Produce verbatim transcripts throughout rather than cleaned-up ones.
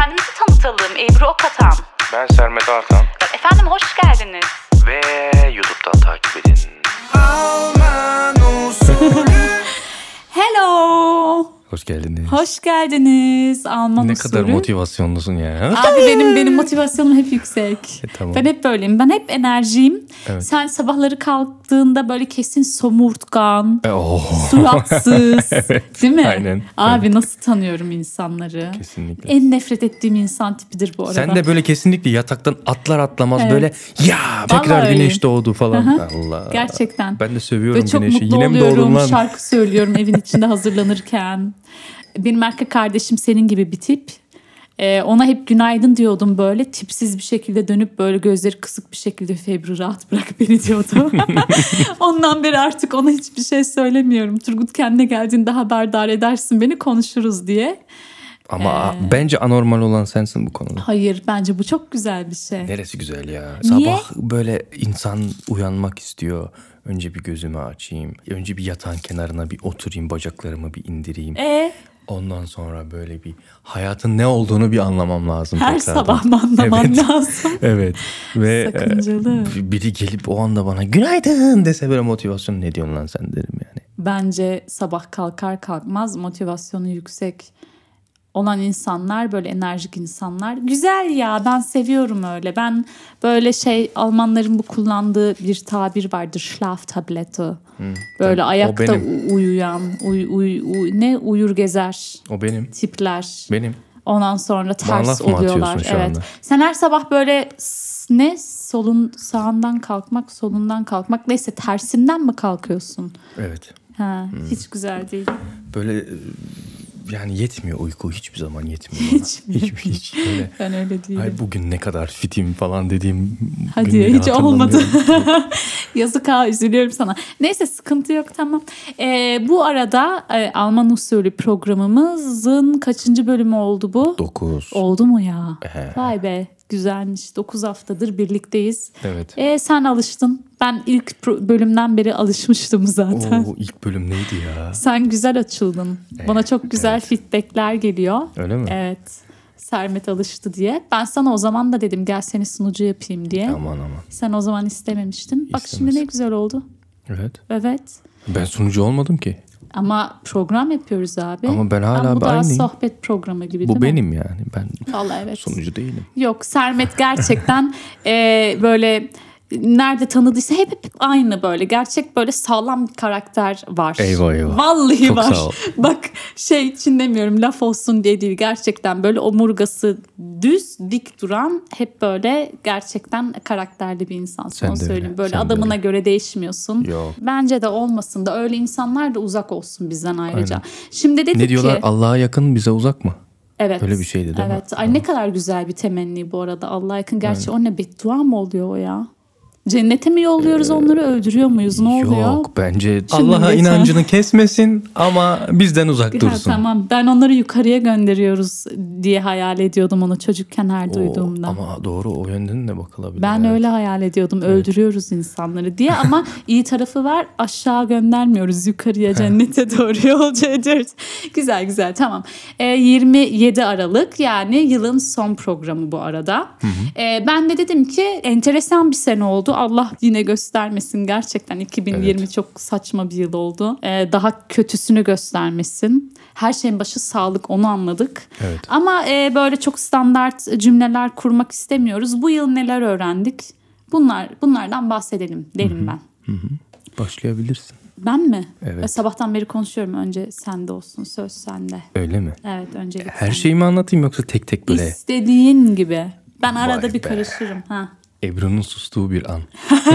Kendimizi tanıtalım. Ebru Okatan. Ben Sermet Artan. Efendim hoş geldiniz. Ve YouTube'dan takip edin. Hello. Hoş geldiniz. Hoş geldiniz. Alman ne usulü. kadar motivasyonlusun ya. Abi benim benim motivasyonum hep yüksek. E, tamam. Ben hep böyleyim. Ben hep enerjiyim. Evet. Sen sabahları kalktığında böyle kesin somurtkan, E, oh. suratsız. Evet, değil mi? aynen. Abi nasıl tanıyorum insanları? Kesinlikle. En nefret ettiğim insan tipidir bu arada. Sen de böyle kesinlikle yataktan atlar atlamaz Evet. böyle ya tekrar Vallahi güneş öyle. doğdu falan. Aha. Allah. Gerçekten. Ben de seviyorum Ve çok güneşi. mutlu Yine mi oluyorum. doğdun lan? Şarkı söylüyorum evin içinde hazırlanırken. Benim erkek kardeşim senin gibi bir tip. Ee, ona hep günaydın diyordum böyle. Tipsiz bir şekilde dönüp böyle gözleri kısık bir şekilde Febri rahat bırak beni diyordu. Ondan beri artık ona hiçbir şey söylemiyorum. Turgut kendine geldiğinde haberdar edersin beni, konuşuruz diye. Ama Ee, bence anormal olan sensin bu konuda. Hayır, bence bu çok güzel bir şey. Neresi güzel ya? Niye? Sabah böyle insan uyanmak istiyor. Önce bir gözümü açayım. Önce bir yatağın kenarına bir oturayım. Bacaklarımı bir indireyim. E Ondan sonra böyle bir hayatın ne olduğunu bir anlamam lazım. her tekrardan. sabah mı anlaman Evet. lazım? Evet. Ve Sakıncalı. e, biri gelip o anda bana günaydın dese böyle motivasyon, ne diyorsun lan sen derim yani. Bence sabah kalkar kalkmaz motivasyonu yüksek olan insanlar, böyle enerjik insanlar. Güzel ya, ben seviyorum öyle. Ben böyle şey, Almanların bu kullandığı bir tabir vardır. Schlaftablette. Hmm. Böyle Ben, ayakta u- uyuyan, uy, uy, uy, ne uyur gezer O benim. tipler. Benim. Ondan sonra ters laf mı oluyorlar. atıyorsun şu Evet. anda? Sen her sabah böyle s- ne solun sağından kalkmak, solundan kalkmak, neyse tersinden mi kalkıyorsun? Evet. Ha, hiç güzel değil. Böyle e, yani yetmiyor uyku, hiçbir zaman yetmiyor bana. Hiç mi? hiç, hiç öyle. Ben öyle değilim. Ay bugün ne kadar fitim falan dediğim Hadi günleri hiç olmadı. hatırlamıyorum. Yazık ha, üzülüyorum sana. Neyse, sıkıntı yok, tamam. Ee, bu arada e, Alman usulü programımızın kaçıncı bölümü oldu bu? Dokuz. Oldu mu ya? Ehe. Vay be, güzelmiş. Dokuz haftadır birlikteyiz. Evet. Ee, sen alıştın. Ben ilk pro- bölümden beri alışmıştım zaten. Oo, ilk bölüm neydi ya? Sen güzel açıldın. Bana çok güzel evet. feedbackler geliyor. Öyle mi? Evet. Sermet alıştı diye. Ben sana o zaman da dedim gel seni sunucu yapayım diye. Aman aman. Sen o zaman istememiştin. Bak İstemez. şimdi ne güzel oldu. Evet. Evet. Ben sunucu olmadım ki. Ama program yapıyoruz abi. Ama ben hala Ama bu daha aynıyım. sohbet programı gibi Bu değil mi? benim yani. Ben Vallahi evet. sunucu değilim. Yok, Sermet gerçekten e, böyle nerede tanıdıysa hep, hep aynı böyle. Gerçek böyle sağlam bir karakter var. Eyvah eyvah. Vallahi Çok var. sağ ol. Bak şey için demiyorum, laf olsun diye değil. Gerçekten böyle omurgası düz, dik duran, hep böyle gerçekten karakterli bir insansın. Sen Onu de öyle, söyleyeyim. Böyle sen de adamına öyle. göre değişmiyorsun. Yok. Bence de olmasın da öyle insanlar da uzak olsun bizden ayrıca. Şimdi dedik Ne diyorlar? ki... Allah'a yakın, bize uzak mı? Evet. Öyle bir şeydi değil mi? Evet. Ay ne kadar güzel bir temenni bu arada. Allah'a yakın. Gerçi o ne, beddua mı oluyor o ya? Cennete mi yolluyoruz, onları öldürüyor muyuz? Ne oluyor? Yok, bence Şimdi Allah'a geçen- inancını kesmesin ama bizden uzak Ha, dursun. tamam, ben onları yukarıya gönderiyoruz diye hayal ediyordum onu çocukken her O, duyduğumda. ama doğru, o yönden de bakılabilir. Ben evet. öyle hayal ediyordum, öldürüyoruz insanları diye, ama iyi tarafı var, aşağı göndermiyoruz, yukarıya, cennete doğru yolcu ediyoruz. Güzel güzel, tamam. Ee, yirmi yedi Aralık, yani yılın son programı bu arada. Ee, ben de dedim ki enteresan bir sene oldu. Allah yine göstermesin, gerçekten iki bin yirmi Evet. çok saçma bir yıl oldu. Ee, daha kötüsünü göstermesin. Her şeyin başı sağlık, onu anladık. Evet. Ama e, böyle çok standart cümleler kurmak istemiyoruz. Bu yıl neler öğrendik? Bunlar bunlardan bahsedelim derim ben. Başlayabilirsin. Ben mi? Evet. E, sabahtan beri konuşuyorum. Önce sende olsun, söz sende. Öyle mi? Evet, öncelik Her sende. şeyi mi anlatayım yoksa tek tek böyle? İstediğin gibi. Ben arada Vay bir be. karışırım. Ha. Ebru'nun sustuğu bir an.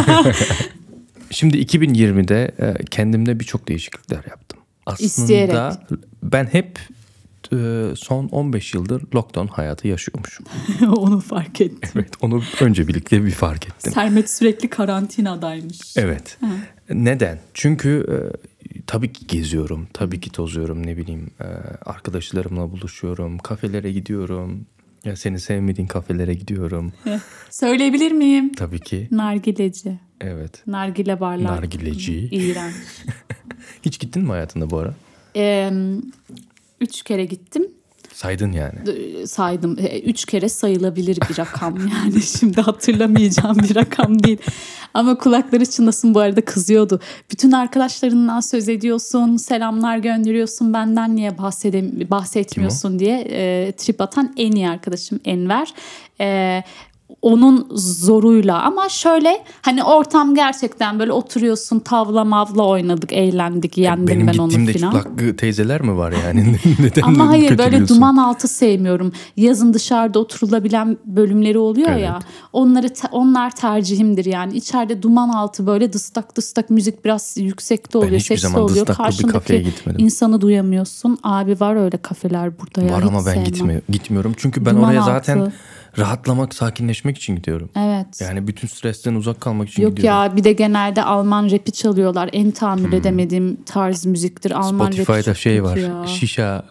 Şimdi iki bin yirmide e, kendimde birçok değişiklikler yaptım. Aslında İsteyerek. ben hep e, son on beş yıldır lockdown hayatı yaşıyormuşum. Onu fark ettim. Evet, onu öncelikle bir fark ettim. Sermet sürekli karantinadaymış. Evet. Neden? Çünkü e, tabii ki geziyorum, tabii ki tozuyorum, ne bileyim, e, arkadaşlarımla buluşuyorum, kafelere gidiyorum. Ya seni sevmediğin kafelere gidiyorum. Söyleyebilir miyim? Tabii ki. Nargileci. Evet. Nargile barlar. Nargileci. İğrenç. Hiç gittin mi hayatında bu ara? Ee, üç kere gittim. Saydın yani. Saydım. Üç kere sayılabilir bir rakam yani. Şimdi hatırlamayacağım bir rakam değil. Ama kulakları çınlasın, bu arada kızıyordu. Bütün arkadaşlarından söz ediyorsun, selamlar gönderiyorsun, benden niye bahsedem bahsetmiyorsun diye e, trip atan en iyi arkadaşım Enver. E, onun zoruyla, ama şöyle hani ortam gerçekten böyle oturuyorsun, tavla mavla oynadık, eğlendik, yendim Benim ben onu gittiğimde filan. çıplak teyzeler mi var yani? Neden Ama hayır, böyle kötülüyorsun? duman altı sevmiyorum. Yazın dışarıda oturulabilen bölümleri oluyor evet. ya. Onları onlar tercihimdir yani. İçeride duman altı böyle dıstak dıstak müzik biraz yüksekte oluyor, sesli oluyor. Karşındaki insanı duyamıyorsun. Abi var öyle kafeler burada ya. Var ama ben gitmiyorum. Gitmiyorum çünkü ben duman oraya zaten altı. Rahatlamak, sakinleşmek için gidiyorum. Evet. Yani bütün stresten uzak kalmak için Yok gidiyorum. Yok ya, bir de genelde Alman rapi çalıyorlar. En tahammül hmm. edemediğim tarz müziktir. Alman rapi. Spotify'da şey var. Ya. Şişa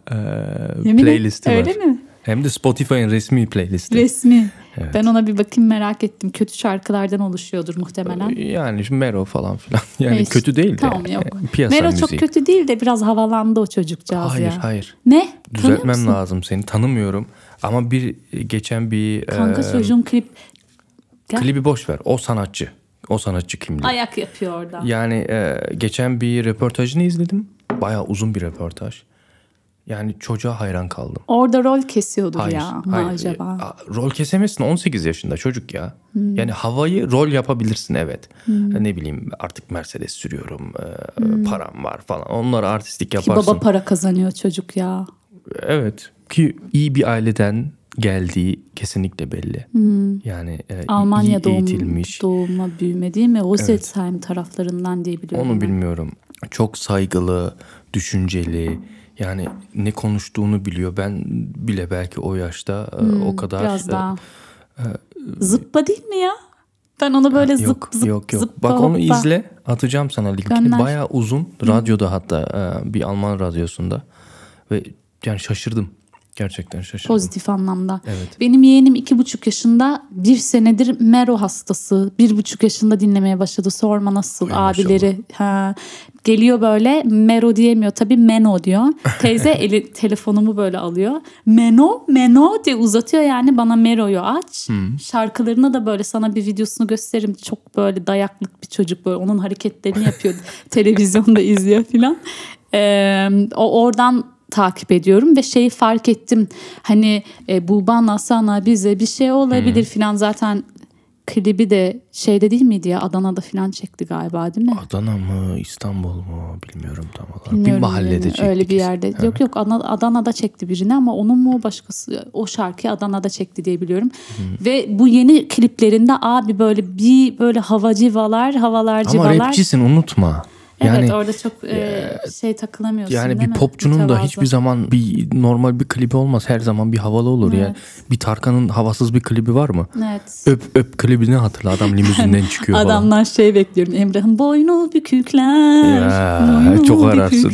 e, playlisti var. Öyle mi? Hem de Spotify'ın resmi playlisti. Resmi. Evet. Ben ona bir bakayım, merak ettim. Kötü şarkılardan oluşuyordur muhtemelen. Yani Mero falan filan. Yani Neyse. Kötü değil de. Tamam, yok. Piyasa Mero müziği. çok kötü değil de biraz havalandı o çocukcağız hayır, ya. Hayır hayır. Ne? Düzeltmem lazım seni. Tanımıyorum. Ama bir geçen bir... Kanka e, çocuğun klip... Gel. Klibi boş ver. O sanatçı. O sanatçı kimliği. Ayak yapıyor orada. Yani e, geçen bir röportajını izledim. Bayağı uzun bir röportaj. Yani çocuğa hayran kaldım. Orada rol kesiyordur hayır, ya hayır. acaba? E, rol kesemezsin, on sekiz yaşında çocuk ya. Hmm. Yani havayı rol yapabilirsin evet. Hmm. Ne bileyim artık Mercedes sürüyorum, e, hmm. param var falan. Onları artistik yaparsın. Ki baba para kazanıyor çocuk ya. Evet, ki iyi bir aileden geldiği kesinlikle belli. Hmm. Yani e, Almanya iyi doğum, eğitilmiş. doğuma büyüme değil mi? Roselsheim evet. taraflarından diye biliyorum. Onu ben. bilmiyorum. Çok saygılı, düşünceli. Yani ne konuştuğunu biliyor. Ben bile belki o yaşta hmm, o kadar... Biraz daha. E, zıppa değil mi ya? Ben onu böyle zıp yok, zıp yok, yok. zıppa Bak hoppa. onu izle. Atacağım sana linkini. Bayağı uzun. Radyoda hatta bir Alman radyosunda. Ve yani şaşırdım. Gerçekten şaşırdım. Pozitif anlamda. Evet. Benim yeğenim iki buçuk yaşında, bir senedir Mero hastası. Bir buçuk yaşında dinlemeye başladı. Sorma nasıl. Oy, abileri. Ha, geliyor böyle Mero diyemiyor. Tabii Meno diyor. Teyze eli telefonumu böyle alıyor. Meno, Meno diye uzatıyor yani bana Mero'yu aç. Hmm. Şarkılarına da böyle sana bir videosunu gösteririm. Çok böyle dayaklık bir çocuk, böyle onun hareketlerini yapıyor. Televizyonda izliyor filan. Ee, o oradan takip ediyorum ve şeyi fark ettim. Hani e, bu bana sana bize bir şey olabilir hmm. filan, zaten klibi de şeyde değil miydi ya, Adana'da filan çekti galiba değil mi? Adana mı İstanbul mu bilmiyorum tam olarak. Bilmiyorum, bir mahallede çekti. Öyle bir yerde. Ha. Yok yok Adana'da çekti birini, ama onun mu başkası, o şarkıyı Adana'da çekti diye biliyorum. Hmm. Ve bu yeni kliplerinde abi böyle bir böyle havacıvalar, havalar civalar. Ama rapçisin, unutma. Yani, evet orada çok e, şey takılamıyorsun yani değil bir mi? popçunun bir da hiçbir zaman bir normal bir klibi olmaz. Her zaman bir havalı olur evet. ya. Bir Tarkan'ın havasız bir klibi var mı? Evet. Öp öp klibini hatırla, adam limuzinden çıkıyor falan. Adamlar şey bekliyorum. Emrah'ın boynu bükükler. Ya, boynu çok ararsın.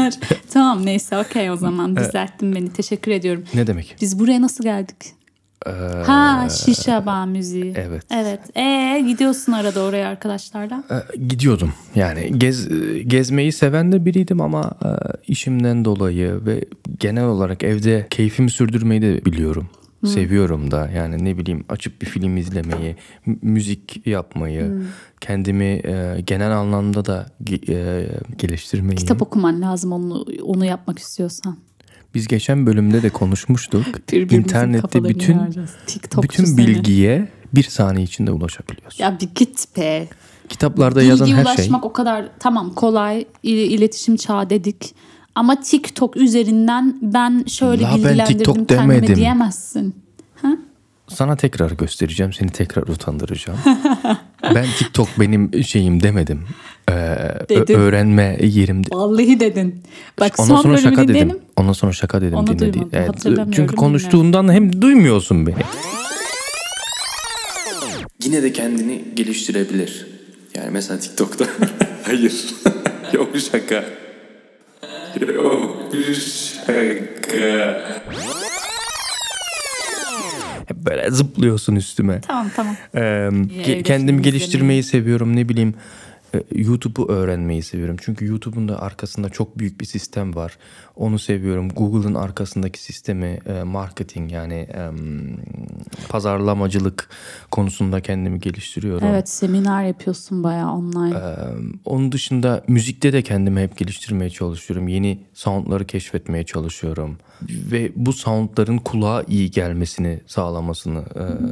Tamam neyse okey o zaman düzelttin beni. Teşekkür ediyorum. Ne demek? Biz buraya nasıl geldik? Ee, ha şişa bar müziği. Evet. Evet. Ee gidiyorsun arada oraya arkadaşlarla? Ee, gidiyordum. Yani gez gezmeyi seven de biriydim ama e, işimden dolayı ve genel olarak evde keyfimi sürdürmeyi de biliyorum. Hmm. Seviyorum da. Yani ne bileyim açıp bir film izlemeyi, m- müzik yapmayı, hmm. kendimi e, genel anlamda da e, geliştirmeyi. Kitap okuman lazım onu onu yapmak istiyorsan. Biz geçen bölümde de konuşmuştuk. İnternette bütün bütün bilgiye seni. bir saniye içinde ulaşabiliyorsun. Ya bir git be. Kitaplarda Bilgi yazan her şey. Bilgiye ulaşmak o kadar tamam kolay, iletişim çağı dedik. Ama TikTok üzerinden ben şöyle La bilgilendirdim ben kendimi diyemezsin. Ha? Sana tekrar göstereceğim, seni tekrar utandıracağım. Ben TikTok benim şeyim demedim. Ee, ö- öğrenme yerim. Vallahi dedin. Bak ondan son sonra şaka dedim. Dedim. Ondan sonra şaka dedim. Onu dinledi. Evet, çünkü konuştuğundan bilmiyorum. Hem duymuyorsun beni. Yine de kendini geliştirebilir. Yani mesela TikTok'ta. Hayır. Yok şaka. Yok şaka. Hep böyle zıplıyorsun üstüme. Tamam tamam. Ee, kendimi geliştirmeyi seviyorum, ne bileyim. YouTube'u öğrenmeyi seviyorum. Çünkü YouTube'un da arkasında çok büyük bir sistem var. Onu seviyorum. Google'ın arkasındaki sistemi, marketing yani pazarlamacılık konusunda kendimi geliştiriyorum. Evet, seminer yapıyorsun bayağı online. Onun dışında müzikte de kendimi hep geliştirmeye çalışıyorum. Yeni soundları keşfetmeye çalışıyorum. Ve bu soundların kulağa iyi gelmesini sağlamasını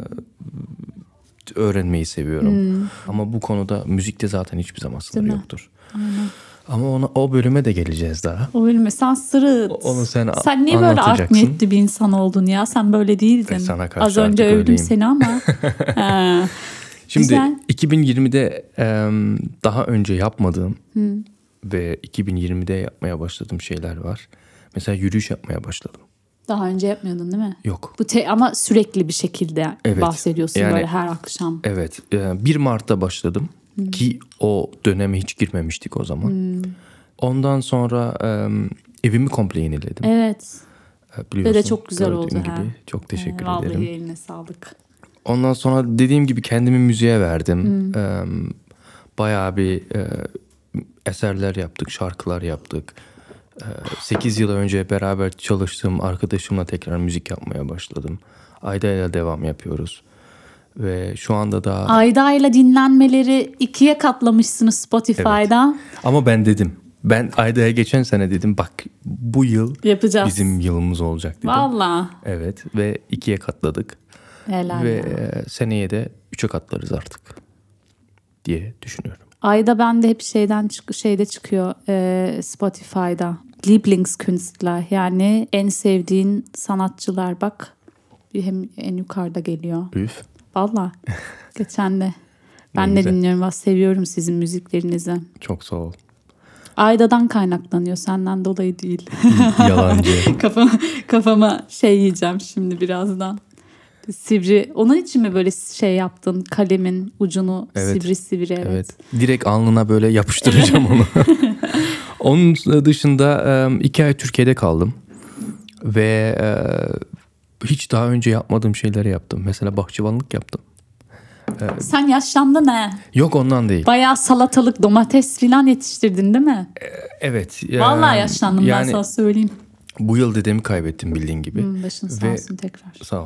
öğrenmeyi seviyorum. Hmm. Ama bu konuda müzikte zaten hiçbir zaman sınır yoktur. Aynen. Ama ona, o bölüme de geleceğiz daha. O bölüme sen sırıt. Onu sen Sen niye böyle art niyetli bir insan oldun ya? Sen böyle değildin. E sana karşı Az önce övdüm öyleyim. Seni ama. ha. Şimdi Güzel. iki bin yirmide daha önce yapmadığım hmm. ve iki bin yirmide yapmaya başladığım şeyler var. Mesela yürüyüş yapmaya başladım. Daha önce yapmıyordun değil mi? Yok. Bu te- ama sürekli bir şekilde evet. bahsediyorsun yani, böyle her akşam. Evet. bir Mart'ta başladım hmm. ki o döneme hiç girmemiştik o zaman. Hmm. Ondan sonra evimi komple yeniledim. Evet. Biliyorsun, ve de çok güzel oldu. Gibi. Ha. Çok teşekkür ee, vallahi ederim. Vallahi eline sağlık. Ondan sonra dediğim gibi kendimi müziğe verdim. Hmm. Bayağı bir eserler yaptık, şarkılar yaptık. sekiz yıl önce beraber çalıştığım arkadaşımla tekrar müzik yapmaya başladım. Ayda'yla devam yapıyoruz. Ve şu anda da... Ayda'yla dinlenmeleri ikiye katlamışsınız Spotify'da. Evet. Ama ben dedim. Ben Ayda'ya geçen sene dedim bak bu yıl yapacağız. Bizim yılımız olacak dedim. Vallahi. Evet ve ikiye katladık. Helal ve ya. seneye de üçe katlarız artık diye düşünüyorum. Ayda ben de hep şeyden çık şeyde çıkıyor e, Spotify'da. Lieblingskünstler yani en sevdiğin sanatçılar bak hem en yukarıda geliyor. Üf. Vallahi geçen de ben de dinliyorum. Bak, seviyorum sizin müziklerinizi. Çok sağ ol. Ayda'dan kaynaklanıyor, senden dolayı değil. Yalancı. kafama, kafama şey yiyeceğim şimdi birazdan. Sivri. Onun için mi böyle şey yaptın? Kalemin ucunu evet. sivri sivri. Evet. evet. Direkt alnına böyle yapıştıracağım onu. Onun dışında iki ay Türkiye'de kaldım. Ve hiç daha önce yapmadığım şeyleri yaptım. Mesela bahçıvanlık yaptım. Sen yaşlandın he. Yok ondan değil. Bayağı salatalık, domates filan yetiştirdin değil mi? Evet. Vallahi yaşlandım yani, ben sana söyleyeyim. Bu yıl dedemi kaybettim bildiğin gibi. Hmm, başın sağ Ve, olsun tekrar. Sağ ol.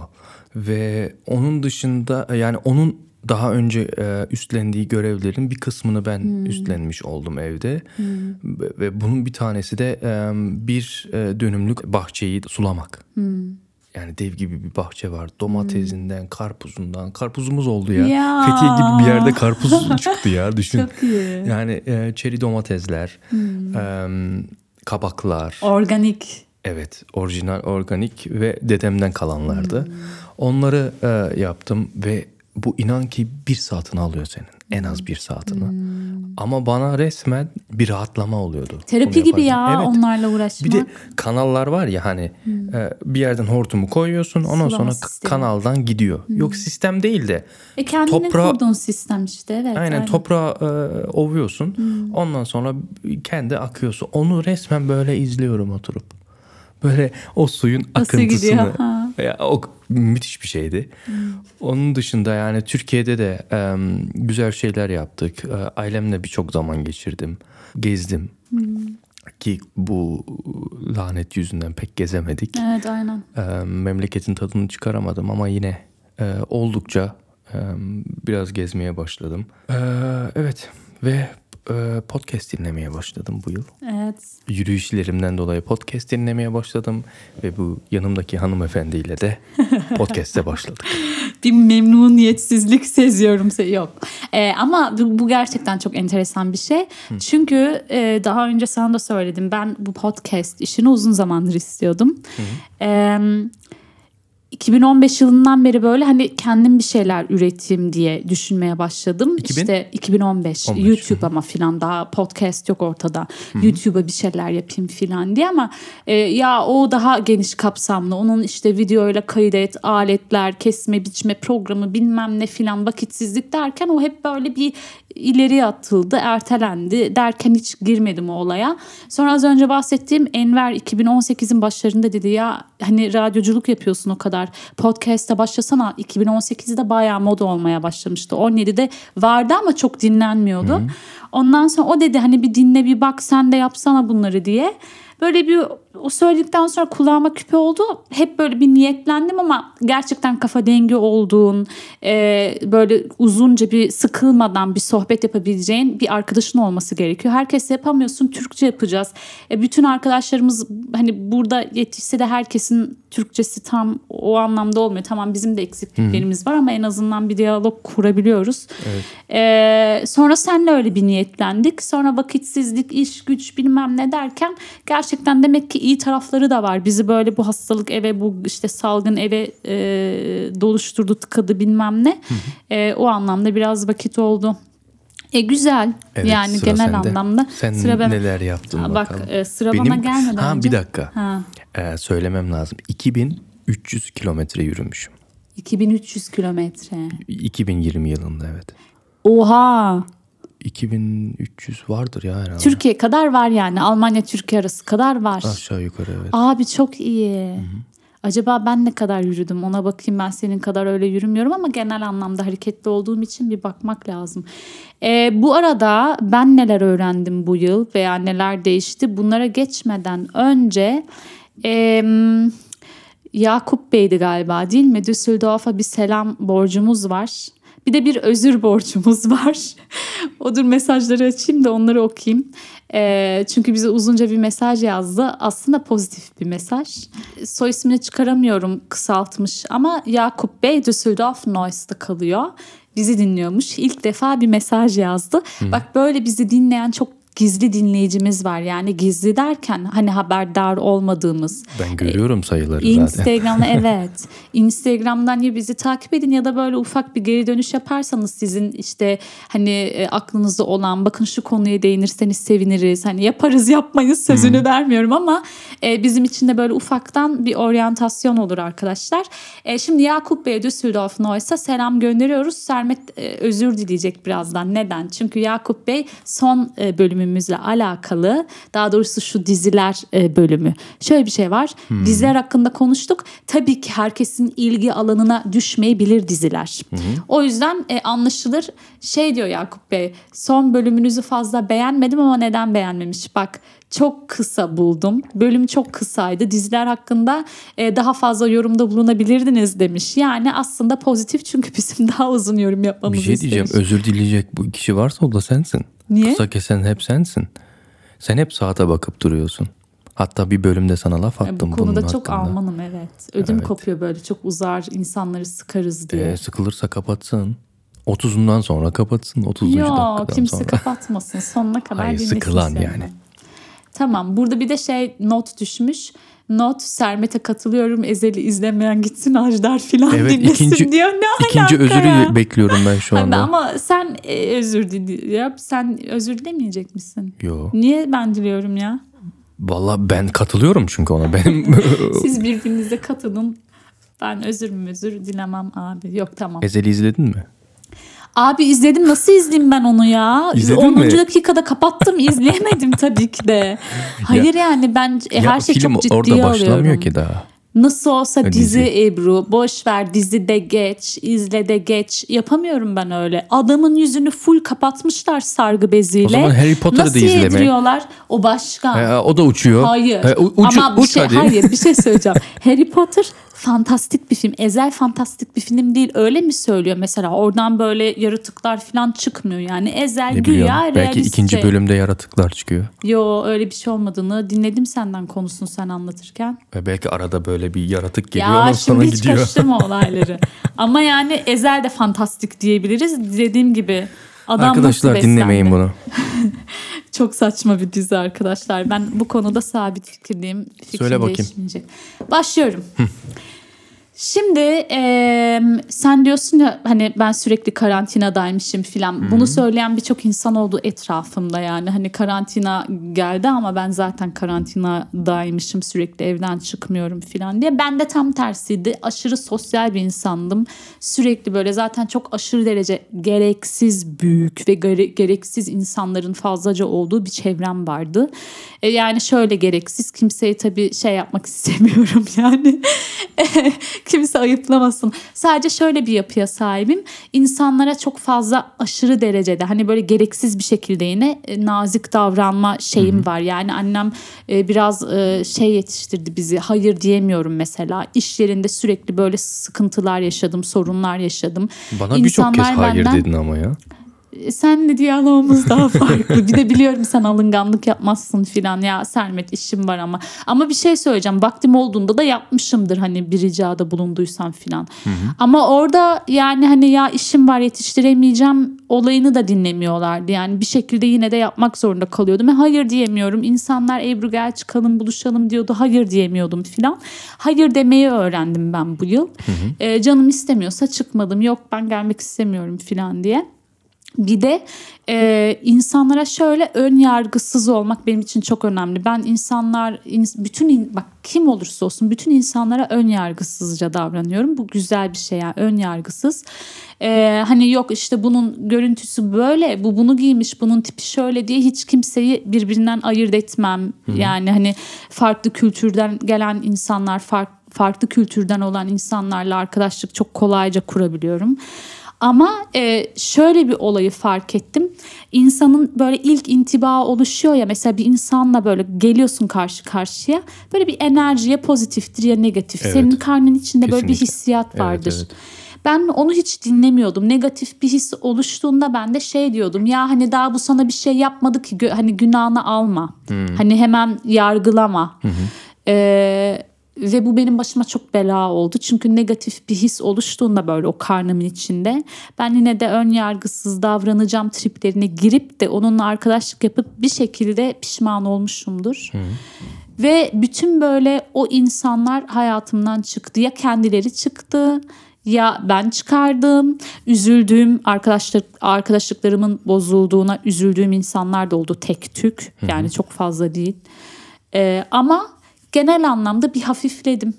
Ve onun dışında yani onun daha önce e, üstlendiği görevlerin bir kısmını ben hmm. üstlenmiş oldum evde. Hmm. Ve bunun bir tanesi de e, bir e, dönümlük bahçeyi sulamak. Hmm. Yani dev gibi bir bahçe var. Domatesinden, hmm. karpuzundan. Karpuzumuz oldu ya. ya. Fethiye gibi bir yerde karpuz çıktı ya düşün. Çok iyi. Yani e, çeri domatesler, hmm. e, kabaklar. Organik. Evet, orijinal organik ve dedemden kalanlardı. Hmm. Onları e, yaptım ve bu inan ki bir saatini alıyor senin. En az bir saatini. Hmm. Ama bana resmen bir rahatlama oluyordu. Terapi gibi ya evet. onlarla uğraşmak. Bir de kanallar var ya hani hmm. e, bir yerden hortumu koyuyorsun ondan Sulama sonra sistemi. Kanaldan gidiyor. Hmm. Yok sistem değil de. E kendine toprağı, kurduğun sistem işte evet. Aynen, aynen. Toprağı e, ovuyorsun. Hmm. Ondan sonra kendi akıyorsun. Onu resmen böyle izliyorum oturup. Böyle o suyun nasıl akıntısını. Ya, o müthiş bir şeydi. Hmm. Onun dışında yani Türkiye'de de e, güzel şeyler yaptık. E, ailemle birçok zaman geçirdim. Gezdim. Hmm. Ki bu lanet yüzünden pek gezemedik. Evet aynen. E, memleketin tadını çıkaramadım ama yine e, oldukça e, biraz gezmeye başladım. E, evet ve podcast dinlemeye başladım bu yıl. Evet. Yürüyüşlerimden dolayı podcast dinlemeye başladım ve bu yanımdaki hanımefendiyle de podcast'e başladık. Bir memnuniyetsizlik seziyorum. Yok. Ee, ama bu gerçekten çok enteresan bir şey. Hı. Çünkü e, daha önce sana da söyledim. Ben bu podcast işini uzun zamandır istiyordum. Ee, iki bin on beş yılından beri böyle hani kendim bir şeyler üreteyim diye düşünmeye başladım. iki bin? İşte iki bin on beş, on beş YouTube hı. ama filan daha podcast yok ortada. Hı-hı. YouTube'a bir şeyler yapayım filan diye ama e, ya o daha geniş kapsamlı. Onun işte videoyla kaydet, aletler, kesme, biçme programı bilmem ne filan vakitsizlik derken o hep böyle bir ileriye atıldı, ertelendi derken hiç girmedim o olaya. Sonra az önce bahsettiğim Enver iki bin on sekizin başlarında dedi ya hani radyoculuk yapıyorsun o kadar. Podcast'a başlasana. iki bin on sekizde bayağı moda olmaya başlamıştı. on yedide vardı ama çok dinlenmiyordu. Hı. Ondan sonra o dedi hani bir dinle bir bak sen de yapsana bunları diye. Böyle bir o söyledikten sonra kulağıma küpe oldu. Hep böyle bir niyetlendim ama gerçekten kafa dengi olduğun, e, böyle uzunca bir sıkılmadan bir sohbet yapabileceğin bir arkadaşın olması gerekiyor. Herkes yapamıyorsun, Türkçe yapacağız. E, bütün arkadaşlarımız hani burada yetişse de herkesin Türkçesi tam o anlamda olmuyor. Tamam bizim de eksikliklerimiz var ama en azından bir diyalog kurabiliyoruz. Evet. E, sonra seninle öyle bir niyetlendik. Sonra vakitsizlik, iş güç bilmem ne derken gerçekten demek ki iyi tarafları da var. Bizi böyle bu hastalık eve, bu işte salgın eve e, doluşturdu, tıkadı bilmem ne. Hı hı. E, o anlamda biraz vakit oldu. E güzel. Evet, yani genel sende. Anlamda. Sen sıra ben... neler yaptın ha, bakalım. Bak e, sıra Benim... bana gelmeden ha, önce. Bir dakika. Ha. Ee, söylemem lazım. iki bin üç yüz kilometre yürümüşüm. iki bin üç yüz kilometre. iki bin yirmi yılında evet. Oha. iki bin üç yüz vardır ya herhalde. Türkiye kadar var yani. Almanya Türkiye arası kadar var. Aşağı yukarı evet. Abi çok iyi. Hı-hı. Acaba ben ne kadar yürüdüm ona bakayım, ben senin kadar öyle yürümüyorum ama genel anlamda hareketli olduğum için bir bakmak lazım. Ee, bu arada ben neler öğrendim bu yıl veya neler değişti bunlara geçmeden önce e, Yakup Bey'di galiba değil mi? Düsseldorf'a bir selam borcumuz var. Bir de bir özür borcumuz var. Odur mesajları açayım da onları okuyayım. E, çünkü bize uzunca bir mesaj yazdı. Aslında pozitif bir mesaj. Soy ismini çıkaramıyorum, kısaltmış ama Yakup Bey Düsseldorf Neuss'ta kalıyor. Bizi dinliyormuş. İlk defa bir mesaj yazdı. Hı. Bak böyle bizi dinleyen çok gizli dinleyicimiz var. Yani gizli derken hani haberdar olmadığımız. Ben görüyorum sayıları Instagram'da evet. Instagram'dan ya bizi takip edin ya da böyle ufak bir geri dönüş yaparsanız sizin işte hani e, aklınızda olan bakın şu konuya değinirseniz seviniriz. Hani yaparız yapmayız sözünü hmm. vermiyorum ama e, bizim için de böyle ufaktan bir oryantasyon olur arkadaşlar. E, şimdi Yakup Bey Düsseldorf Neuss'a selam gönderiyoruz. Sermet e, özür dileyecek birazdan. Neden? Çünkü Yakup Bey son e, bölümü bölümümüzle alakalı, daha doğrusu şu diziler bölümü. Şöyle bir şey var. Hmm. Diziler hakkında konuştuk. Tabii ki herkesin ilgi alanına düşmeyebilir diziler. Hmm. O yüzden e, anlaşılır. Şey diyor Yakup Bey, son bölümünüzü fazla beğenmedim ama neden beğenmemiş? Bak çok kısa buldum. Bölüm çok kısaydı. Diziler hakkında e, daha fazla yorumda bulunabilirdiniz demiş. Yani aslında pozitif çünkü bizim daha uzun yorum yapmamızı istemiş. Bir şey diyeceğim. Istemiş. Özür dileyecek bu kişi varsa o da sensin. Niye? Kısa kesen hep sensin. Sen hep saate bakıp duruyorsun. Hatta bir bölümde sana laf attım. Bu konuda bunun çok hakkında. Almanım evet. Ödüm evet. kopuyor böyle çok uzar insanları sıkarız diye. Ee, sıkılırsa kapatsın. otuzundan sonra kapatsın. otuzuncu Yo, dakikadan sonra. Yok kimse kapatmasın. Sonuna kadar Hayır, dinlesin. sıkılan seni. yani. Tamam burada bir de şey not düşmüş. Not Sermet'e katılıyorum. Ezel'i izlemeyen gitsin Ajdar filan evet, dinlesin ikinci, diyor. Ne ikinci alaka özürü ya? Bekliyorum ben şu anda. Ama sen e, özür dili yap. Sen özür dilemeyecek misin? Yok. Niye ben diliyorum ya? Vallahi ben katılıyorum çünkü ona. Benim Siz birbirinize katılın. Ben özür mü özür dilemem abi. Yok tamam. Ezel'i izledin mi? Abi izledim. Nasıl izleyeyim ben onu ya? İzledin onuncu mi? dakikada kapattım. İzleyemedim tabii ki de. Hayır ya, yani ben ya her şey çok ciddiye alıyorum. Film orada başlamıyor ki daha. Nasıl olsa dizi, dizi Ebru. Boş ver dizi de geç, izle de geç. Yapamıyorum ben öyle. Adamın yüzünü full kapatmışlar sargı beziyle. O zaman Harry Potter'ı Nasıl da izleme. Nasıl yediriyorlar? O başka. He, o da uçuyor. Hayır. He, uç, Ama bir uç şey, hadi. hayır bir şey söyleyeceğim. Harry Potter fantastik bir film. Ezel fantastik bir film değil. Öyle mi söylüyor mesela? Oradan böyle yaratıklar falan çıkmıyor yani. Ezel ne güya realiste. Belki ikinci bölümde yaratıklar çıkıyor. Yo öyle bir şey olmadığını dinledim senden konusunu sen anlatırken. Ve belki arada böyle bir yaratık geliyor. Ya şimdi hiç karıştırma olayları. Ama yani Ezel de fantastik diyebiliriz. Dediğim gibi adam arkadaşlar dinlemeyin bunu. Çok saçma bir dizi arkadaşlar. Ben bu konuda sabit fikrliyim. Fikrim söyle bakayım. değişmeyecek. Başlıyorum. Şimdi e, sen diyorsun ya hani ben sürekli karantinadaymışım filan. Hı-hı. Bunu söyleyen birçok insan oldu etrafımda yani. Hani karantina geldi ama ben zaten karantinadaymışım, sürekli evden çıkmıyorum filan diye. Ben de tam tersiydi. Aşırı sosyal bir insandım. Sürekli böyle zaten çok aşırı derece gereksiz büyük ve gere- gereksiz insanların fazlaca olduğu bir çevrem vardı. E, yani şöyle gereksiz, kimseyi tabii şey yapmak istemiyorum yani. Kimse ayıplamasın. Sadece şöyle bir yapıya sahibim. İnsanlara çok fazla aşırı derecede hani böyle gereksiz bir şekilde yine nazik davranma şeyim Hı-hı. var. Yani annem e, biraz e, şey yetiştirdi bizi. Hayır diyemiyorum mesela. İş yerinde sürekli böyle sıkıntılar yaşadım, sorunlar yaşadım. Bana birçok kez hayır benden, dedin ama ya. Senle diyalogumuz daha farklı. Bir de biliyorum sen alınganlık yapmazsın filan. Ya Sermet işim var ama. Ama bir şey söyleyeceğim. Vaktim olduğunda da yapmışımdır hani bir ricada bulunduysam filan. Hı hı. Ama orada yani hani ya işim var yetiştiremeyeceğim olayını da dinlemiyorlardı. Yani bir şekilde yine de yapmak zorunda kalıyordum. Ve hayır diyemiyordum. İnsanlar Ebru gel çıkalım buluşalım diyordu. Hayır diyemiyordum filan. Hayır demeyi öğrendim ben bu yıl. Hı hı. Ee, canım istemiyorsa çıkmadım. Yok ben gelmek istemiyorum filan diye. Bir de e, insanlara şöyle ön yargısız olmak benim için çok önemli. Ben insanlar, bütün bak kim olursa olsun bütün insanlara ön yargısızca davranıyorum. Bu güzel bir şey yani, ön yargısız. E, hani yok işte bunun görüntüsü böyle, bu bunu giymiş, bunun tipi şöyle diye hiç kimseyi birbirinden ayırt etmem. Hı-hı. Yani hani farklı kültürden gelen insanlar, farklı farklı kültürden olan insanlarla arkadaşlık çok kolayca kurabiliyorum. Ama e, şöyle bir olayı fark ettim. İnsanın böyle ilk intibaı oluşuyor ya, mesela bir insanla böyle geliyorsun karşı karşıya. Böyle bir enerji ya pozitiftir ya negatif. Evet. Senin karnın içinde Kesinlikle. Böyle bir hissiyat vardır. Evet, evet. Ben onu hiç dinlemiyordum. Negatif bir his oluştuğunda ben de şey diyordum. Ya hani daha bu sana bir şey yapmadı ki hani günahını alma. Hmm. Hani hemen yargılama. Hı hı. Eee Ve bu benim başıma çok bela oldu. Çünkü negatif bir his oluştuğunda böyle o karnımın içinde ben yine de ön yargısız davranacağım triplerine girip de onunla arkadaşlık yapıp bir şekilde pişman olmuşumdur. Hı. Ve bütün böyle o insanlar hayatımdan çıktı. Ya kendileri çıktı ya ben çıkardım. Üzüldüğüm arkadaşlık, arkadaşlıklarımın bozulduğuna üzüldüğüm insanlar da oldu tek tük. Hı. Yani çok fazla değil. Ee, ama genel anlamda bir hafifledim.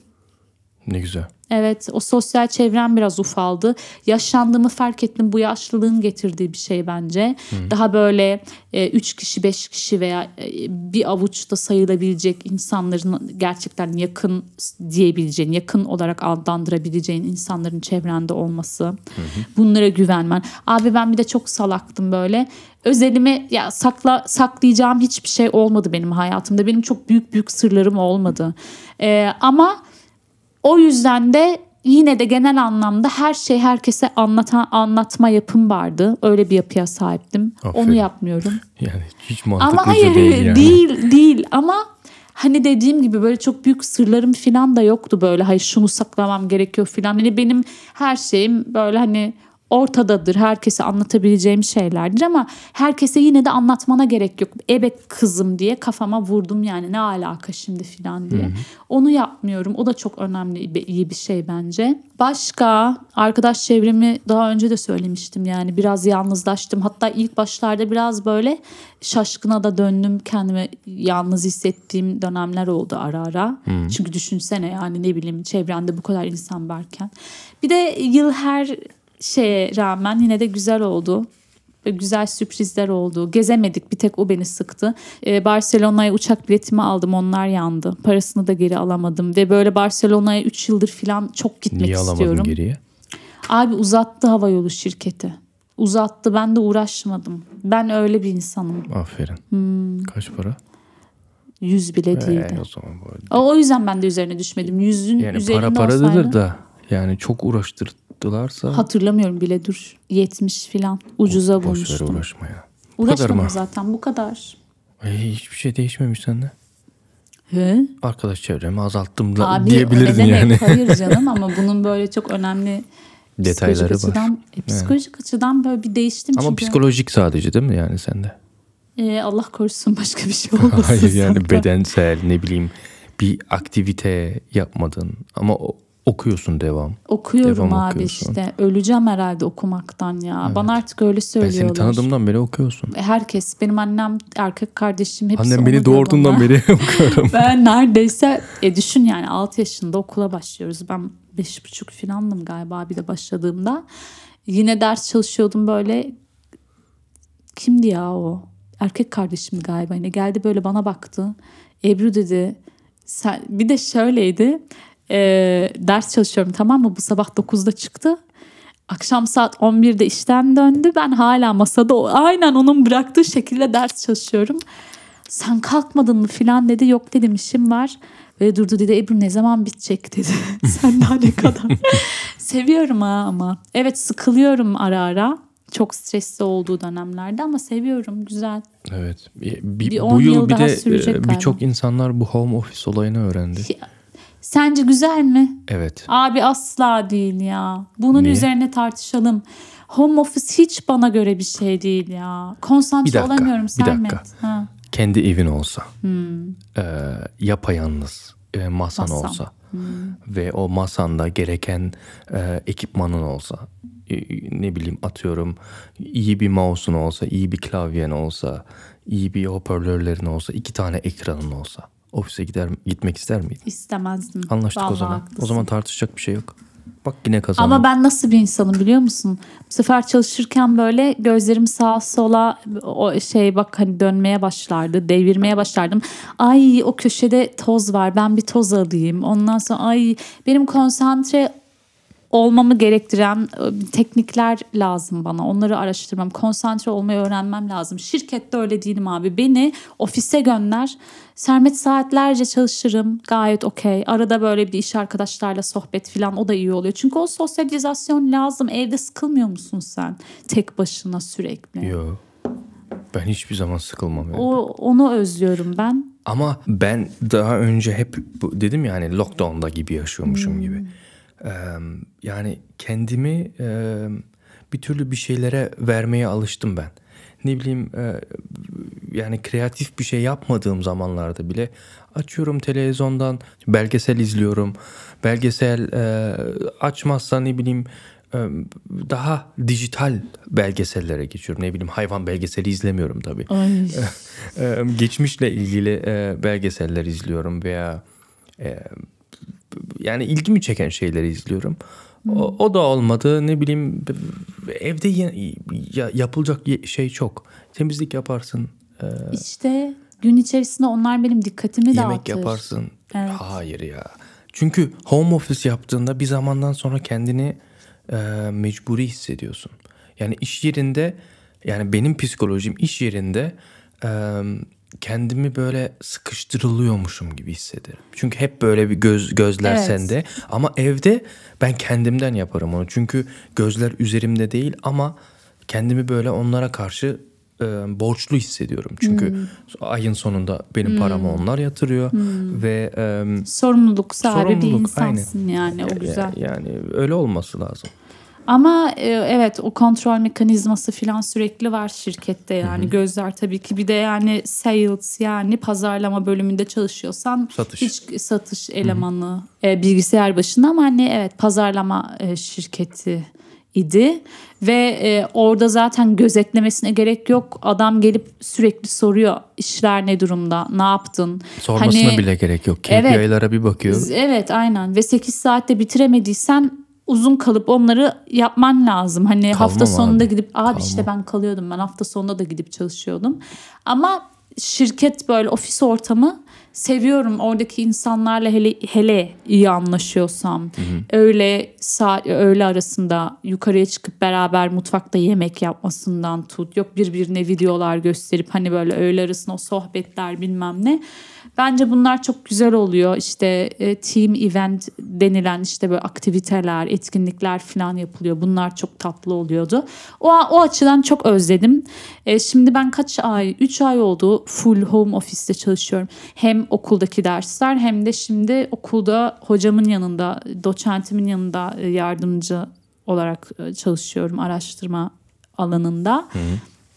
Ne güzel. Evet, o sosyal çevrem biraz ufaldı. Yaşlandığımı fark ettim. Bu yaşlılığın getirdiği bir şey bence. Hı. Daha böyle e, üç kişi, beş kişi veya e, bir avuçta sayılabilecek insanların gerçekten yakın diyebileceğin, yakın olarak adlandırabileceğin insanların çevrende olması. Hı hı. Bunlara güvenmen. Abi ben bir de çok salaktım böyle. Özelimi ya sakla saklayacağım hiçbir şey olmadı benim hayatımda. Benim çok büyük büyük sırlarım olmadı. E, ama o yüzden de yine de genel anlamda her şey herkese anlatan, anlatma yapım vardı. Öyle bir yapıya sahiptim. Aferin. Onu yapmıyorum. Yani hiç mantıklıca ama hayır, değil yani. Değil değil ama hani dediğim gibi böyle çok büyük sırlarım falan da yoktu böyle. Hayır şunu saklamam gerekiyor falan. Hani benim her şeyim böyle hani ortadadır. Herkese anlatabileceğim şeylerdir ama herkese yine de anlatmana gerek yok. Ebe kızım diye kafama vurdum yani ne alaka şimdi filan diye. Hı hı. Onu yapmıyorum. O da çok önemli, iyi bir şey bence. Başka arkadaş çevremi daha önce de söylemiştim yani biraz yalnızlaştım. Hatta ilk başlarda biraz böyle şaşkına da döndüm. Kendimi yalnız hissettiğim dönemler oldu ara ara. Hı. Çünkü düşünsene yani ne bileyim çevrende bu kadar insan varken. Bir de yıl her şeye rağmen yine de güzel oldu. Güzel sürprizler oldu. Gezemedik, bir tek o beni sıktı. Ee, Barcelona'ya uçak biletimi aldım, onlar yandı. Parasını da geri alamadım ve böyle Barcelona'ya üç yıldır falan çok gitmek Niye istiyorum. Niye alamadın geriye? Abi uzattı havayolu şirketi. Uzattı, ben de uğraşmadım. Ben öyle bir insanım. Aferin. Hmm. Kaç para? Yüz bile ee, değildi. O zaman böyle. O, o yüzden ben de üzerine düşmedim. Yüzün yani üzerinde para olsaydı. paradır da yani çok uğraştırdı. Hatırlamıyorum bile, dur yetmiş filan ucuza Boş bulmuştum. Boş ver uğraşma ya. Bu Uğraşmadım zaten bu kadar. Ay, hiçbir şey değişmemiş sende. He? Arkadaş çevremi azalttım da Abi, diyebilirdin öyle yani. Demek, hayır canım ama bunun böyle çok önemli detayları psikolojik var. Açıdan, e, psikolojik evet. açıdan böyle bir değiştim. Ama çünkü... psikolojik sadece değil mi yani sende? Ee, Allah korusun başka bir şey olmasın. Hayır yani bedensel ne bileyim bir aktivite yapmadın ama o okuyorsun devam. Okuyorum devam abi okuyorsun. işte. Öleceğim herhalde okumaktan ya. Evet. Bana artık öyle söylüyorlar. Ben seni tanıdığımdan beri okuyorsun. Herkes, benim annem, erkek kardeşim hepsi Annem onu beni diyor doğurduğundan bana. beri okuyorum. Ben neredeyse e düşün yani altı yaşında okula başlıyoruz. Ben beş buçuk falandım galiba bir de başladığımda. Yine ders çalışıyordum böyle. Kimdi ya o? Erkek kardeşim galiba. Yine geldi böyle bana baktı. Ebru dedi. Sen... Bir de şöyleydi. E, ders çalışıyorum, tamam mı? Bu sabah dokuzda çıktı. Akşam saat on birde işten döndü. Ben hala masada aynen onun bıraktığı şekilde ders çalışıyorum. Sen kalkmadın mı filan dedi. Yok dedim, işim var. Ve durdu dedi, Ebru ne zaman bitecek dedi. Sen daha ne kadar. Seviyorum ha ama. Evet, sıkılıyorum ara ara. Çok stresli olduğu dönemlerde ama seviyorum, güzel. Evet. Bir, Bir bu on yıl yıl bir daha de sürecek galiba. birçok insanlar bu home office olayını öğrendi. Ya, sence güzel mi? Evet. Abi asla değil ya. Bunun Niye? üzerine tartışalım. Home office hiç bana göre bir şey değil ya. Konsantre Bir dakika, olamıyorum bir Sermet. dakika. Ha. Kendi evin olsa, Hmm. e, yapayalnız e, masan Masam. olsa Hmm. ve o masanda gereken e, ekipmanın olsa, e, ne bileyim atıyorum iyi bir mouse'un olsa, iyi bir klavyen olsa, iyi bir hoparlörlerin olsa, iki tane ekranın olsa, ofise gider gitmek ister miydin? İstemezdim. Anlaştık Vallahi o zaman. haklısın. O zaman tartışacak bir şey yok. Bak yine kazandım. Ama ben nasıl bir insanım biliyor musun? Bu sefer çalışırken böyle gözlerim sağa sola o şey bak hani dönmeye başlardı, devirmeye başlardım. Ay o köşede toz var, ben bir toz alayım. Ondan sonra ay benim konsantre olmamı gerektiren teknikler lazım bana. Onları araştırmam, konsantre olmayı öğrenmem lazım. Şirkette öyle değilim abi. Beni ofise gönder. Sermet saatlerce çalışırım. Gayet okey. Arada böyle bir iş arkadaşlarla sohbet falan, o da iyi oluyor. Çünkü o sosyalizasyon lazım. Evde sıkılmıyor musun sen? Tek başına sürekli. Yok. Ben hiçbir zaman sıkılmam. Yani. O, onu özlüyorum ben. Ama ben daha önce hep bu, dedim ya hani lockdown'da gibi yaşıyormuşum hmm. gibi. Ee, yani kendimi e, bir türlü bir şeylere vermeye alıştım ben. Ne bileyim e, yani kreatif bir şey yapmadığım zamanlarda bile açıyorum televizyondan belgesel izliyorum. Belgesel e, açmazsa ne bileyim e, daha dijital belgesellere geçiyorum. Ne bileyim hayvan belgeseli izlemiyorum tabii. e, geçmişle ilgili e, belgeseller izliyorum veya e, yani ilgimi çeken şeyleri izliyorum. Hmm. O, o da olmadı. Ne bileyim evde ya, yapılacak şey çok. Temizlik yaparsın. E, işte gün içerisinde onlar benim dikkatimi yemek dağıtır. Yemek yaparsın. Evet. Hayır ya. Çünkü home office yaptığında bir zamandan sonra kendini e, mecburi hissediyorsun. Yani iş yerinde, yani benim psikolojim iş yerinde e, kendimi böyle sıkıştırılıyormuşum gibi hissederim. Çünkü hep böyle bir göz gözler evet. sende. Ama evde ben kendimden yaparım onu. Çünkü gözler üzerimde değil ama kendimi böyle onlara karşı e, borçlu hissediyorum. Çünkü hmm. ayın sonunda benim hmm. paramı onlar yatırıyor hmm. ve e, sorumluluk sahibi sorumluluk, bir insansın aynı. yani o güzel. Yani öyle olması lazım. Ama e, evet o kontrol mekanizması falan sürekli var şirkette yani. Hı hı. Gözler tabii ki, bir de yani sales yani pazarlama bölümünde çalışıyorsan satış. Hiç satış elemanı e, bilgisayar başında ama hani evet pazarlama e, şirketi idi ve e, orada zaten gözetlemesine gerek yok. Adam gelip sürekli soruyor işler ne durumda, ne yaptın? Sormasına hani, bile gerek yok. K P I'lara evet, bir bakıyor. Evet aynen ve sekiz saatte bitiremediysen uzun kalıp onları yapman lazım. Hani Kalmam hafta sonunda abi. gidip abi Kalmam. işte ben kalıyordum, ben hafta sonunda da gidip çalışıyordum. Ama şirket böyle ofis ortamı seviyorum. Oradaki insanlarla hele hele iyi anlaşıyorsam, hı hı. öğle saat öğle arasında yukarıya çıkıp beraber mutfakta yemek yapmasından tut. Yok birbirine videolar gösterip hani böyle öğle arasında o sohbetler bilmem ne. Bence bunlar çok güzel oluyor. İşte e, team event denilen işte böyle aktiviteler, etkinlikler falan yapılıyor. Bunlar çok tatlı oluyordu. O o açıdan çok özledim. E, şimdi ben kaç ay, üç ay oldu full home office'te çalışıyorum. Hem okuldaki dersler hem de şimdi okulda hocamın yanında, doçentimin yanında yardımcı olarak çalışıyorum araştırma alanında. Hı.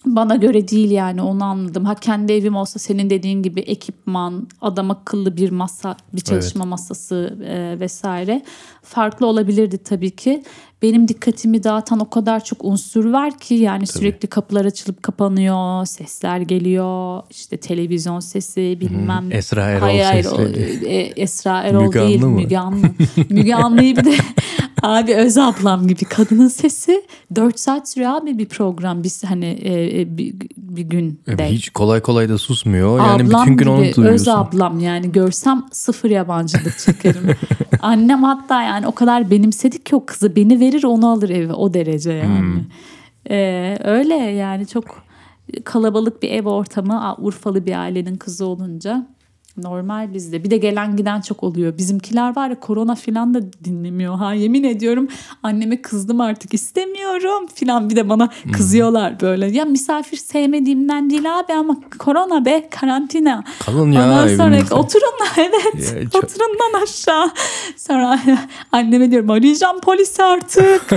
Bana göre değil yani, onu anladım. Ha kendi evim olsa senin dediğin gibi ekipman, adam akıllı bir masa, bir çalışma evet. masası e, vesaire farklı olabilirdi tabii ki. Benim dikkatimi dağıtan o kadar çok unsur var ki yani tabii. Sürekli kapılar açılıp kapanıyor, sesler geliyor, işte televizyon sesi bilmem. Hmm, Esra Erol hayır, hayır, sesleri. O, e, Esra Erol Müge değil Anlı mı? Müge Anlı. Müge Anlı'yı bir de abi Öz ablam gibi kadının sesi dört saat sürüyor abi bir program. Biz hani e, bir, bir günde. Hiç kolay kolay da susmuyor. Yani ablam bütün gün onu gibi, duyuyorsun. Öz ablam yani görsem sıfır yabancılık çekerim. Annem hatta yani o kadar benimsedik ki o kızı, beni verir onu alır eve, o derece yani. Hmm. Ee, öyle yani çok kalabalık bir ev ortamı, Urfalı bir ailenin kızı olunca normal bizde. Bir de gelen giden çok oluyor. Bizimkiler var ya korona filan da dinlemiyor. Ha yemin ediyorum anneme kızdım artık, istemiyorum filan. Bir de bana kızıyorlar böyle. Ya misafir sevmediğimden değil abi ama korona be, karantina. Kalın ya. Ondan sonra evinizde. Oturun evet. Ya, çok... Oturundan aşağı. Sonra anneme diyorum arayacağım polisi artık.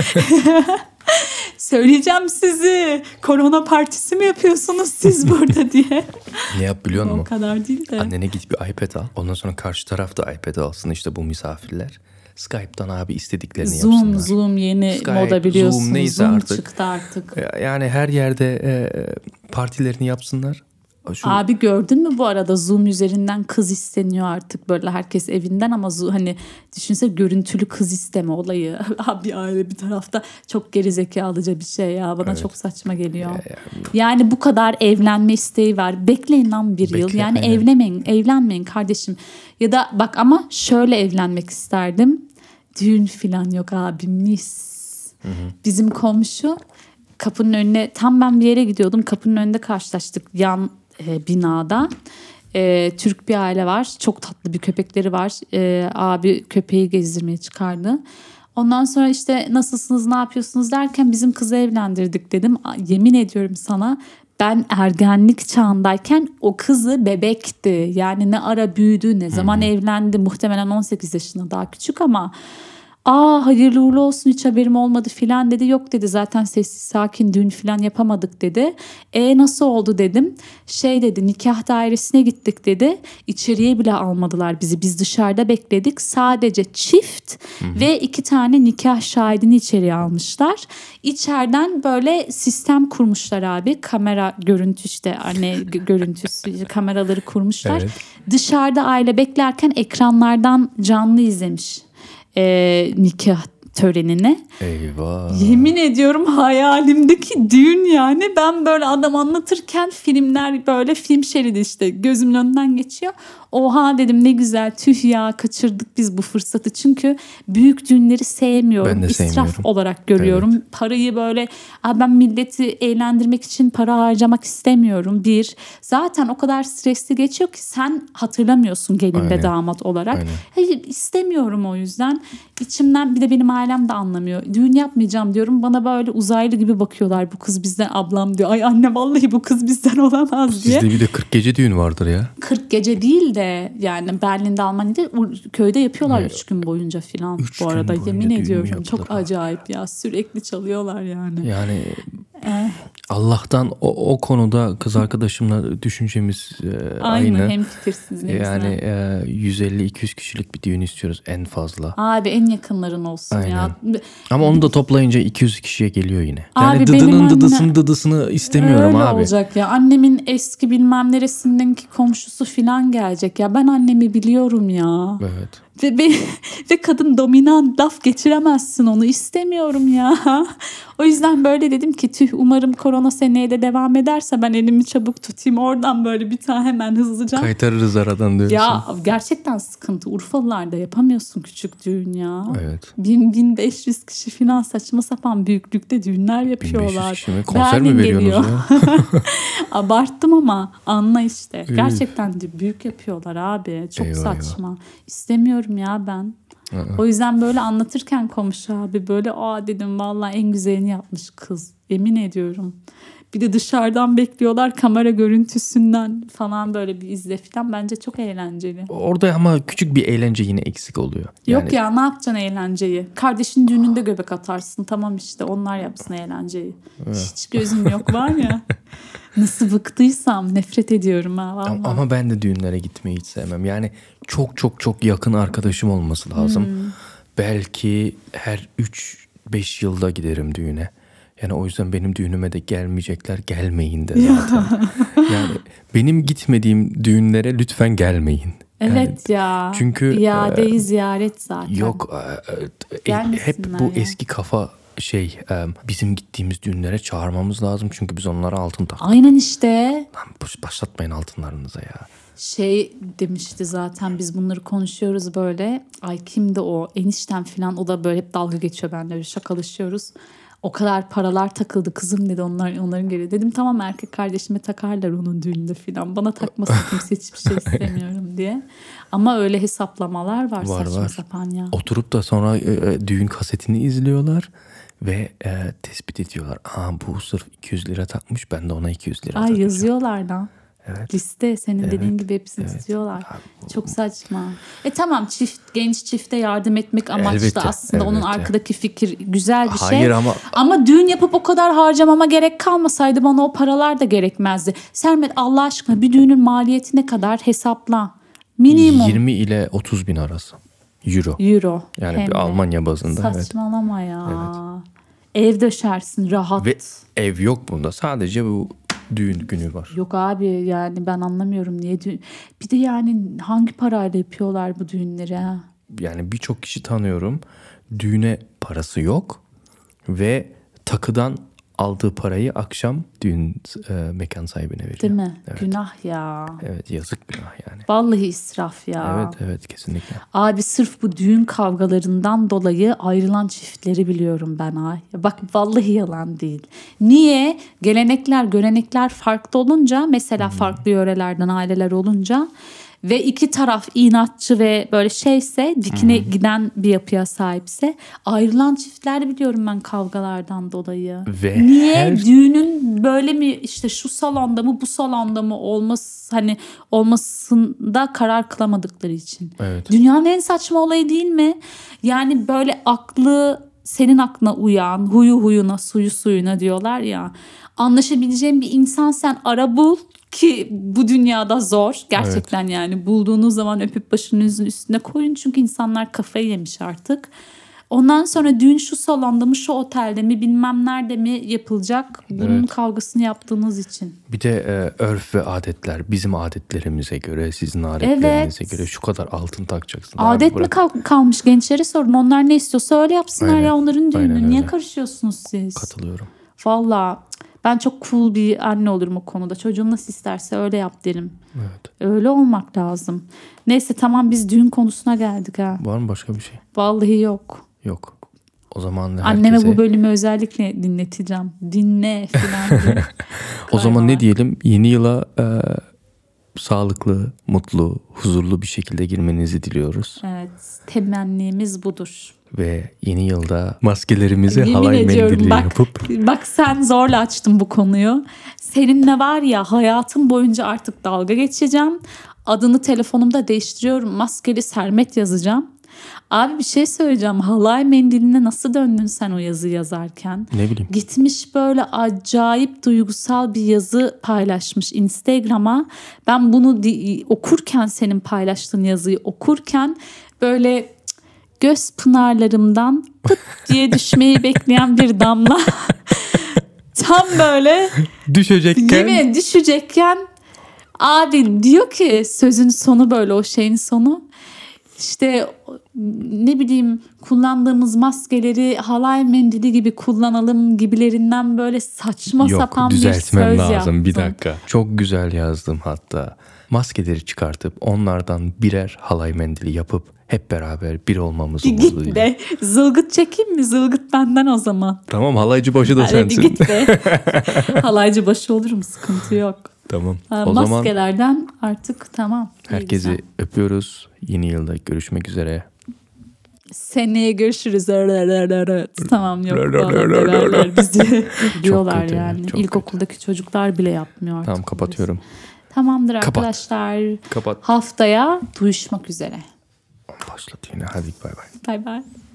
Söyleyeceğim sizi. Korona partisi mi yapıyorsunuz siz burada diye. Ne yap biliyor musun? O kadar değil de. Annene git bir iPad al. Ondan sonra karşı tarafta iPad alsın işte bu misafirler. Skype'tan abi istediklerini Zoom, yapsınlar. Zoom yeni Skype, moda biliyorsunuz. Zoom neyse Zoom artık. çıktı artık. Yani her yerde e, partilerini yapsınlar. Şu... Abi gördün mü bu arada Zoom üzerinden kız isteniyor artık, böyle herkes evinden ama hani düşünse görüntülü kız isteme olayı. Abi aile bir tarafta çok gerizekalıca bir şey ya, bana evet. Çok saçma geliyor. Ya, yani... yani bu kadar evlenme isteği var, bekleyin lan bir Bekle, yıl yani aynen. evlenmeyin evlenmeyin kardeşim ya da bak ama şöyle evlenmek isterdim, düğün falan yok abi, mis. Hı hı. Bizim komşu kapının önüne, tam ben bir yere gidiyordum, kapının önünde karşılaştık yan E, binada. E, Türk bir aile var. Çok tatlı bir köpekleri var. E, abi köpeği gezdirmeye çıkardı. Ondan sonra işte nasılsınız, ne yapıyorsunuz derken bizim kızı evlendirdik dedim. Yemin ediyorum sana, ben ergenlik çağındayken o kızı bebekti. Yani ne ara büyüdü, ne zaman Hı-hı. evlendi. Muhtemelen on sekiz yaşında, daha küçük ama aa hayırlı uğurlu olsun, hiç haberim olmadı filan dedi. Yok dedi, zaten sessiz sakin düğün filan yapamadık dedi. E nasıl oldu dedim. Şey dedi, nikah dairesine gittik dedi. İçeriye bile almadılar bizi. Biz dışarıda bekledik. Sadece çift Hı-hı. ve iki tane nikah şahidini içeriye almışlar. İçeriden böyle sistem kurmuşlar abi. Kamera görüntü işte anne görüntüsü kameraları kurmuşlar. Evet. Dışarıda aile beklerken ekranlardan canlı izlemiş E, nikah törenini. Eyvah. Yemin ediyorum hayalimdeki düğün yani. Ben böyle adam anlatırken filmler böyle film şeridi işte gözümün önünden geçiyor. Oha dedim, ne güzel, tüh ya, kaçırdık biz bu fırsatı. Çünkü büyük düğünleri sevmiyorum. Ben de İsraf sevmiyorum. olarak görüyorum. Evet. Parayı böyle ben milleti eğlendirmek için para harcamak istemiyorum. Bir, zaten o kadar stresli geçiyor ki sen hatırlamıyorsun gelin ve damat olarak. Hayır, istemiyorum o yüzden. İçimden, bir de benim ailem de anlamıyor. Düğün yapmayacağım diyorum. Bana böyle uzaylı gibi bakıyorlar. Bu kız bizden, ablam diyor. Ay anne vallahi bu kız bizden olamaz diye. Sizde bir de kırk gece düğün vardır ya. kırk gece değil de yani Berlin'de, Almanya'da köyde yapıyorlar üç gün boyunca filan. Bu arada yemin ediyorum çok acayip ya, sürekli çalıyorlar yani. Yani eh. Allah'tan o, o konuda kız arkadaşımla düşüncemiz e, aynı. Aynı, hemfikirsiniz ne yani e, yüz elli iki yüz kişilik bir düğün istiyoruz en fazla. Abi en yakınların olsun Aynen. ya. Ama onu da toplayınca iki yüz kişiye geliyor yine. Yani abi dıdının anne... dıdısını dıdısını istemiyorum Öyle abi. Öyle olacak ya. Annemin eski bilmem neresindeki komşusu filan gelecek ya. Ben annemi biliyorum ya. Evet. Ve, ve, ve kadın dominant, laf geçiremezsin, onu istemiyorum ya. O yüzden böyle dedim ki tüh, umarım korona seneye de devam ederse ben elimi çabuk tutayım, oradan böyle bir tane hemen hızlıca. Kaytarırız aradan diyorsun. Ya gerçekten sıkıntı. Urfalılarda yapamıyorsun küçük düğün ya. Evet. bin bin beş yüz kişi falan saçma sapan büyüklükte düğünler yapıyorlar. bin beş yüz kişi mi? Konser Berlin mi veriyorsunuz ya? Abarttım ama anla işte. Gerçekten de büyük yapıyorlar abi. Çok eyvah, saçma. Eyvah. İstemiyorum ya ben. Aa. O yüzden böyle anlatırken komşu abi böyle aa dedim vallahi en güzelini yapmış kız. Yemin ediyorum. Bir de dışarıdan bekliyorlar kamera görüntüsünden falan böyle bir izle falan. Bence çok eğlenceli. Orada ama küçük bir eğlence yine eksik oluyor. Yani... Yok ya, ne yapacaksın eğlenceyi? Kardeşin düğününde göbek atarsın. Tamam işte, onlar yapsın eğlenceyi. Evet. Hiç gözüm yok var ya. Nasıl bıktıysam nefret ediyorum ha vallahi. Ama, ama ben de düğünlere gitmeyi hiç sevmem. Yani çok çok çok yakın arkadaşım olması lazım. Hmm. Belki her üç beş yılda giderim düğüne. Yani o yüzden benim düğünüme de gelmeyecekler, gelmeyin de zaten. Yani benim gitmediğim düğünlere lütfen gelmeyin. Evet yani, ya. Çünkü iadeyi e, ziyaret zaten. Yok e, hep bu ya. Eski kafa şey e, bizim gittiğimiz düğünlere çağırmamız lazım. Çünkü biz onlara altın taktık. Aynen işte. Lan başlatmayın altınlarınıza ya. Şey demişti zaten, biz bunları konuşuyoruz böyle. Ay kimdi o? Eniştem falan, o da böyle hep dalga geçiyor benimle, böyle şakalaşıyoruz. O kadar paralar takıldı kızım dedi, onlar onların geri. Dedim tamam, erkek kardeşime takarlar onun düğünde falan. Bana takmasın kimse, hiçbir şey istemiyorum diye. Ama öyle hesaplamalar var, var saçma var. Sapan ya. Oturup da sonra e, düğün kasetini izliyorlar ve e, tespit ediyorlar. Aa, bu sırf iki yüz lira takmış, ben de ona iki yüz lira takacağım. Ay yazıyorlar lan. Evet. Liste senin evet. dediğin gibi hepsini evet. tutuyorlar. Abi, çok saçma. E tamam, çift genç çifte yardım etmek amaçlı elbette, aslında elbette. Onun arkadaki fikir güzel bir Hayır, şey. Ama... ama düğün yapıp o kadar harcamama gerek kalmasaydı bana o paralar da gerekmezdi. Sermet, Allah aşkına bir düğünün maliyeti ne kadar hesapla. Minimum. yirmi ile otuz bin arası. Euro. Euro. Yani bir Almanya bazında. Saçmalama evet. ya. Evet. Ev döşersin rahat. Ve ev yok bunda. Sadece bu düğün günü var. Yok abi, yani ben anlamıyorum niye düğün. Bir de yani hangi parayla yapıyorlar bu düğünleri ha? Yani birçok kişi tanıyorum. Düğüne parası yok ve takıdan aldığı parayı akşam düğün e, mekan sahibine veriyor. Değil mi? Evet. Günah ya. Evet, yazık günah yani. Vallahi israf ya. Evet evet kesinlikle. Abi sırf bu düğün kavgalarından dolayı ayrılan çiftleri biliyorum ben ha. Bak vallahi yalan değil. Niye? Gelenekler, görenekler farklı olunca, mesela hmm. farklı yörelerden aileler olunca ve iki taraf inatçı ve böyle şeyse, dikine hmm. giden bir yapıya sahipse, ayrılan çiftler biliyorum ben kavgalardan dolayı. Ve niye? Her... Düğünün böyle mi, işte şu salonda mı bu salonda mı olması, hani olmasında karar kılamadıkları için. Evet. Dünyanın en saçma olayı değil mi? Yani böyle aklı senin aklına uyan, huyu huyuna, suyu suyuna diyorlar ya. Anlaşabileceğin bir insan sen ara bul. Ki bu dünyada zor gerçekten, evet. Yani bulduğunuz zaman öpüp başınızın üstüne koyun, çünkü insanlar kafayı yemiş artık. Ondan sonra düğün şu salonda mı, şu otelde mi, bilmem nerede mi yapılacak, bunun evet. kavgasını yaptığınız için. Bir de e, örf ve adetler, bizim adetlerimize göre, sizin adetlerinize evet. göre şu kadar altın takacaksın. Adet mi kal- kalmış, gençlere sorun, onlar ne istiyorsa öyle yapsınlar. Aynen. Ya onların düğünü, niye karışıyorsunuz siz? Katılıyorum. Vallahi ben çok cool bir anne olurum o konuda. Çocuğum nasıl isterse öyle yap derim. Evet. Öyle olmak lazım. Neyse tamam, biz düğün konusuna geldik ha. Var mı başka bir şey? Vallahi yok. Yok. O zaman herkese... Anneme bu bölümü özellikle dinleteceğim. Dinle falan diye. O zaman ne diyelim? Yeni yıla e, sağlıklı, mutlu, huzurlu bir şekilde girmenizi diliyoruz. Evet. Temennimiz budur. Ve yeni yılda maskelerimizi Yemin halay mendili bak, yapıp... Bak sen zorla açtın bu konuyu. Seninle var ya, hayatım boyunca artık dalga geçeceğim. Adını telefonumda değiştiriyorum. Maskeli Sermet yazacağım. Abi bir şey söyleyeceğim. Halay mendiline nasıl döndün sen o yazı yazarken? Ne bileyim. Gitmiş böyle acayip duygusal bir yazı paylaşmış Instagram'a. Ben bunu di- okurken, senin paylaştığın yazıyı okurken böyle... göz pınarlarımdan pıt diye düşmeyi bekleyen bir damla. Tam böyle düşecekken. Yemin düşecekken abi diyor ki, sözün sonu böyle, o şeyin sonu. İşte ne bileyim, kullandığımız maskeleri halay mendili gibi kullanalım gibilerinden böyle saçma Yok, sapan bir söz yazdım. Yok, düzeltmem lazım bir dakika. Çok güzel yazdım hatta. Maskeleri çıkartıp onlardan birer halay mendili yapıp hep beraber bir olmamız umuduyla. Git be. Zılgıt çekeyim mi? Zılgıt benden o zaman. Tamam, halaycı başı da sensin. Hadi git be. Halaycı başı olurum, sıkıntı yok. Tamam. Ha, o maskelerden zaman artık tamam. Herkesi güzel. öpüyoruz. Yeni yılda görüşmek üzere. Seneye görüşürüz. Tamam yok falan döverler bizi. Diyorlar kötü, yani. çok İlkokuldaki kötü. Çocuklar bile yapmıyor artık. Tamam kapatıyorum. Tamamdır Kapat. arkadaşlar. Kapat. Haftaya duyuşmak üzere. Başlat yine. Hadi bay bay. Bay bay.